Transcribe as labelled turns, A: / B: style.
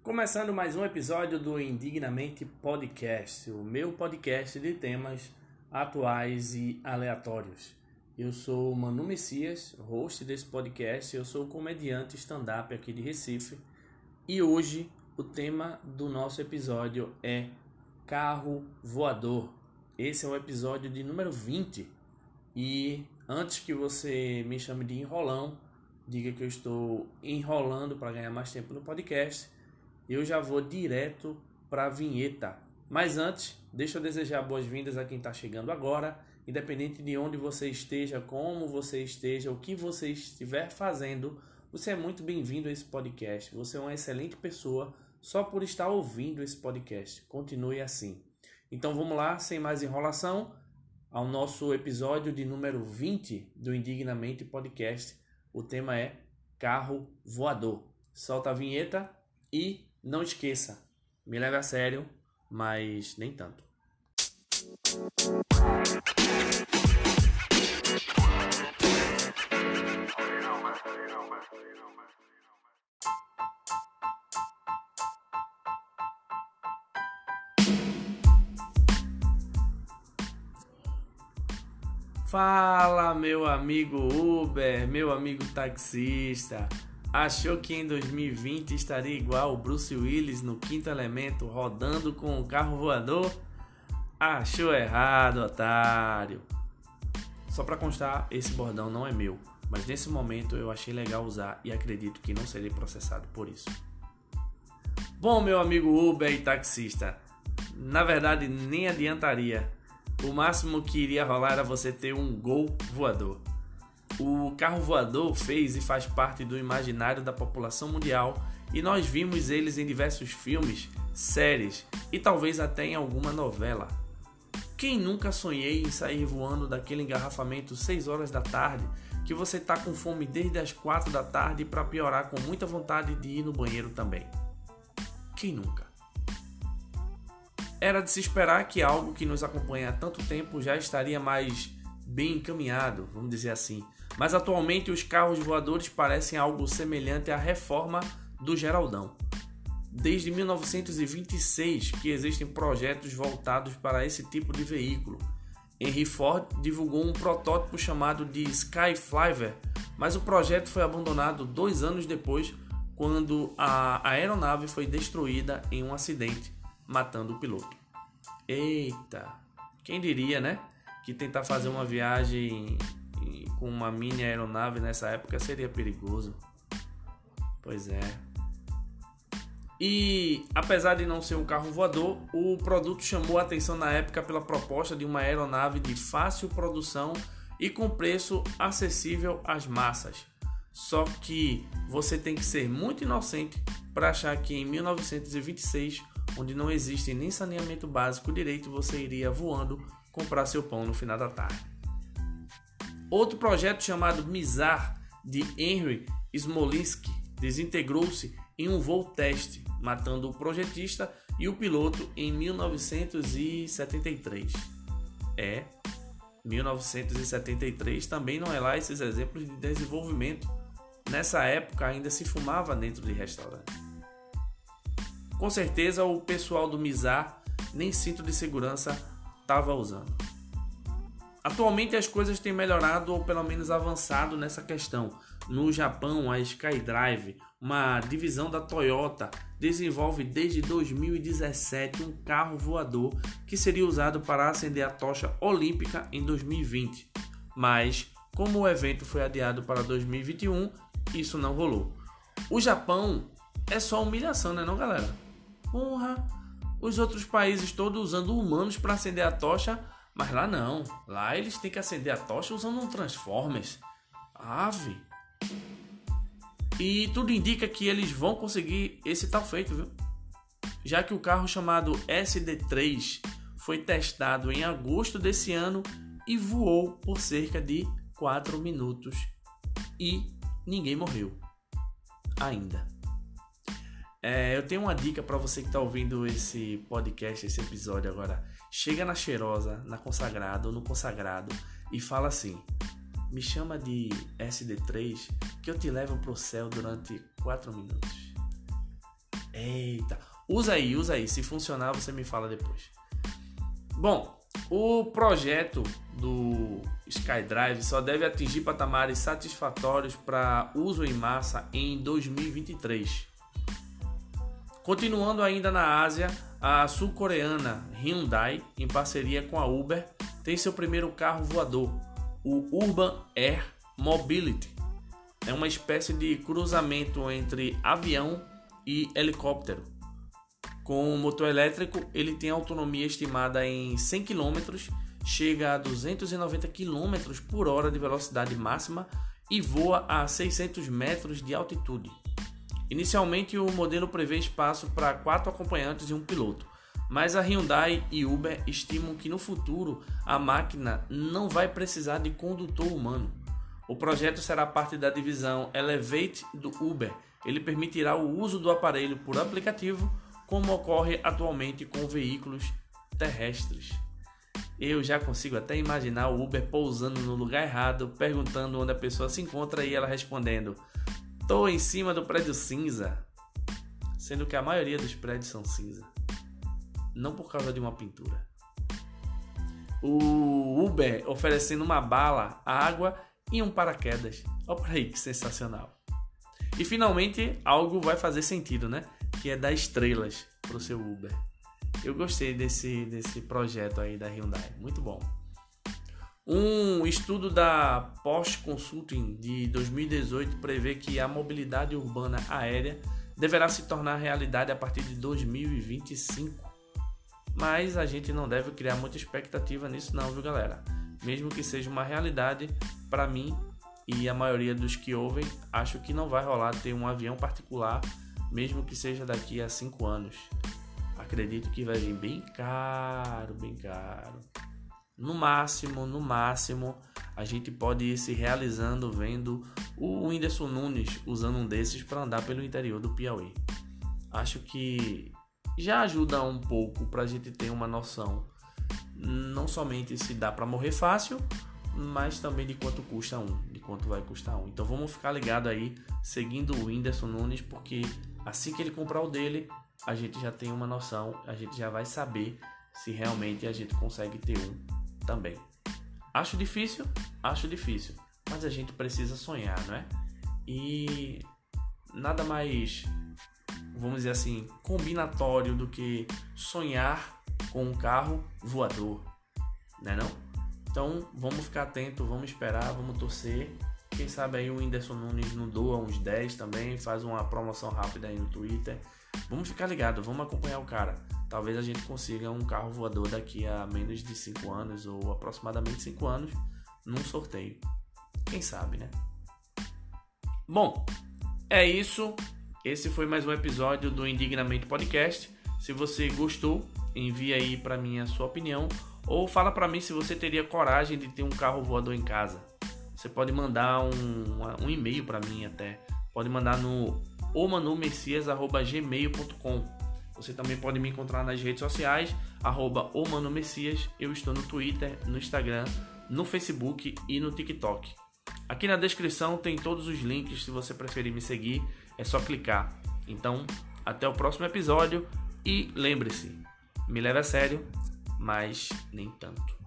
A: Começando mais um episódio do Indignamente Podcast, o meu podcast de temas atuais e aleatórios. Eu sou Manu Messias, host desse podcast, eu sou comediante stand-up aqui de Recife e hoje o tema do nosso episódio é carro voador. Esse é o episódio de número 20 e antes que você me chame de enrolão, diga que eu estou enrolando para ganhar mais tempo no podcast, eu já vou direto para a vinheta. Mas antes, deixa eu desejar boas-vindas a quem está chegando agora, independente de onde você esteja, como você esteja, o que você estiver fazendo, você é muito bem-vindo a esse podcast. Você é uma excelente pessoa só por estar ouvindo esse podcast. Continue assim. Então vamos lá, sem mais enrolação, ao nosso episódio de número 20 do Indignamente Podcast. O tema é carro voador. Solta a vinheta e não esqueça, me leve a sério, mas nem tanto. Fala, meu amigo Uber, meu amigo taxista. Achou que em 2020 estaria igual o Bruce Willis no Quinto Elemento rodando com um carro voador? Achou errado, otário. Só para constar, esse bordão não é meu, mas nesse momento eu achei legal usar e acredito que não serei processado por isso. Bom, meu amigo Uber e taxista, na verdade nem adiantaria. O máximo que iria rolar era você ter um Gol voador. O carro voador fez e faz parte do imaginário da população mundial e nós vimos eles em diversos filmes, séries e talvez até em alguma novela. Quem nunca sonhei em sair voando daquele engarrafamento 6 horas da tarde que você tá com fome desde as 4 da tarde e para piorar com muita vontade de ir no banheiro também? Quem nunca? Era de se esperar que algo que nos acompanha há tanto tempo já estaria mais bem encaminhado, vamos dizer assim. Mas atualmente os carros voadores parecem algo semelhante à reforma do Geraldão. Desde 1926 que existem projetos voltados para esse tipo de veículo. Henry Ford divulgou um protótipo chamado de Skyflyer, mas o projeto foi abandonado 2 anos depois, quando a aeronave foi destruída em um acidente, matando o piloto. Eita, quem diria, né? Que tentar fazer uma viagem com uma mini aeronave nessa época seria perigoso. Pois é. E apesar de não ser um carro voador, o produto chamou a atenção na época pela proposta de uma aeronave de fácil produção e com preço acessível às massas. Só que você tem que ser muito inocente para achar que em 1926, onde não existe nem saneamento básico direito, você iria voando comprar seu pão no final da tarde. Outro projeto chamado Mizar, de Henry Smolinski, desintegrou-se em um voo teste, matando o projetista e o piloto em 1973. 1973 também não é lá esses exemplos de desenvolvimento. Nessa época ainda se fumava dentro de restaurantes. Com certeza o pessoal do Mizar nem cinto de segurança estava usando. Atualmente as coisas têm melhorado ou pelo menos avançado nessa questão. No Japão, a SkyDrive, uma divisão da Toyota, desenvolve desde 2017 um carro voador que seria usado para acender a tocha olímpica em 2020. Mas, como o evento foi adiado para 2021, isso não rolou. O Japão é só humilhação, né não, galera? Porra! Os outros países todos usando humanos para acender a tocha, mas lá não. Lá eles têm que acender a tocha usando um Transformers. Ave! E tudo indica que eles vão conseguir esse tal feito, viu? Já que o carro chamado SD3 foi testado em agosto desse ano e voou por cerca de 4 minutos. E ninguém morreu. Ainda. Eu tenho uma dica para você que está ouvindo esse podcast, esse episódio agora. Chega na cheirosa, na consagrada ou no consagrado e fala assim: me chama de SD3 que eu te levo pro céu durante 4 minutos. Eita, usa aí. Se funcionar, você me fala depois. Bom, o projeto do SkyDrive só deve atingir patamares satisfatórios para uso em massa em 2023. Continuando ainda na Ásia, a sul-coreana Hyundai, em parceria com a Uber, tem seu primeiro carro voador, o Urban Air Mobility. É uma espécie de cruzamento entre avião e helicóptero. Com motor elétrico, ele tem autonomia estimada em 100 km, chega a 290 km por hora de velocidade máxima e voa a 600 metros de altitude. Inicialmente, o modelo prevê espaço para 4 acompanhantes e um piloto, mas a Hyundai e Uber estimam que no futuro a máquina não vai precisar de condutor humano. O projeto será parte da divisão Elevate do Uber. Ele permitirá o uso do aparelho por aplicativo, como ocorre atualmente com veículos terrestres. Eu já consigo até imaginar o Uber pousando no lugar errado, perguntando onde a pessoa se encontra e ela respondendo: "Tô em cima do prédio cinza", sendo que a maioria dos prédios são cinza, não por causa de uma pintura. O Uber oferecendo uma bala, água e um paraquedas. Olha por aí que sensacional. E finalmente algo vai fazer sentido, né? Que é dar estrelas para o seu Uber. Eu gostei desse projeto aí da Hyundai, muito bom. Um estudo da Porsche Consulting de 2018 prevê que a mobilidade urbana aérea deverá se tornar realidade a partir de 2025. Mas a gente não deve criar muita expectativa nisso não, viu galera? Mesmo que seja uma realidade, para mim e a maioria dos que ouvem, acho que não vai rolar ter um avião particular, mesmo que seja daqui a 5 anos. Acredito que vai vir bem caro, bem caro. No máximo, a gente pode ir se realizando vendo o Whindersson Nunes usando um desses para andar pelo interior do Piauí. Acho que já ajuda um pouco para a gente ter uma noção, não somente se dá para morrer fácil, mas também de quanto custa de quanto vai custar um. Então vamos ficar ligado aí, seguindo o Whindersson Nunes, porque assim que ele comprar o dele, a gente já tem uma noção, a gente já vai saber se realmente a gente consegue ter um também. Acho difícil, mas a gente precisa sonhar, não é? E nada mais, vamos dizer assim, combinatório do que sonhar com um carro voador, né não? Então vamos ficar atento, vamos esperar, vamos torcer. Quem sabe aí o Whindersson Nunes não doa uns 10 também, faz uma promoção rápida aí no Twitter. Vamos ficar ligado, vamos acompanhar o cara. Talvez a gente consiga um carro voador daqui a menos de 5 anos ou aproximadamente 5 anos num sorteio. Quem sabe, né? Bom, é isso. Esse foi mais um episódio do Indignamente Podcast. Se você gostou, envia aí para mim a sua opinião ou fala para mim se você teria coragem de ter um carro voador em casa. Você pode mandar um e-mail para mim até. Pode mandar no omanumessias@gmail.com. Você também pode me encontrar nas redes sociais, @omanumessias. Eu estou no Twitter, no Instagram, no Facebook e no TikTok. Aqui na descrição tem todos os links, se você preferir me seguir, é só clicar. Então, até o próximo episódio e lembre-se, me leve a sério, mas nem tanto.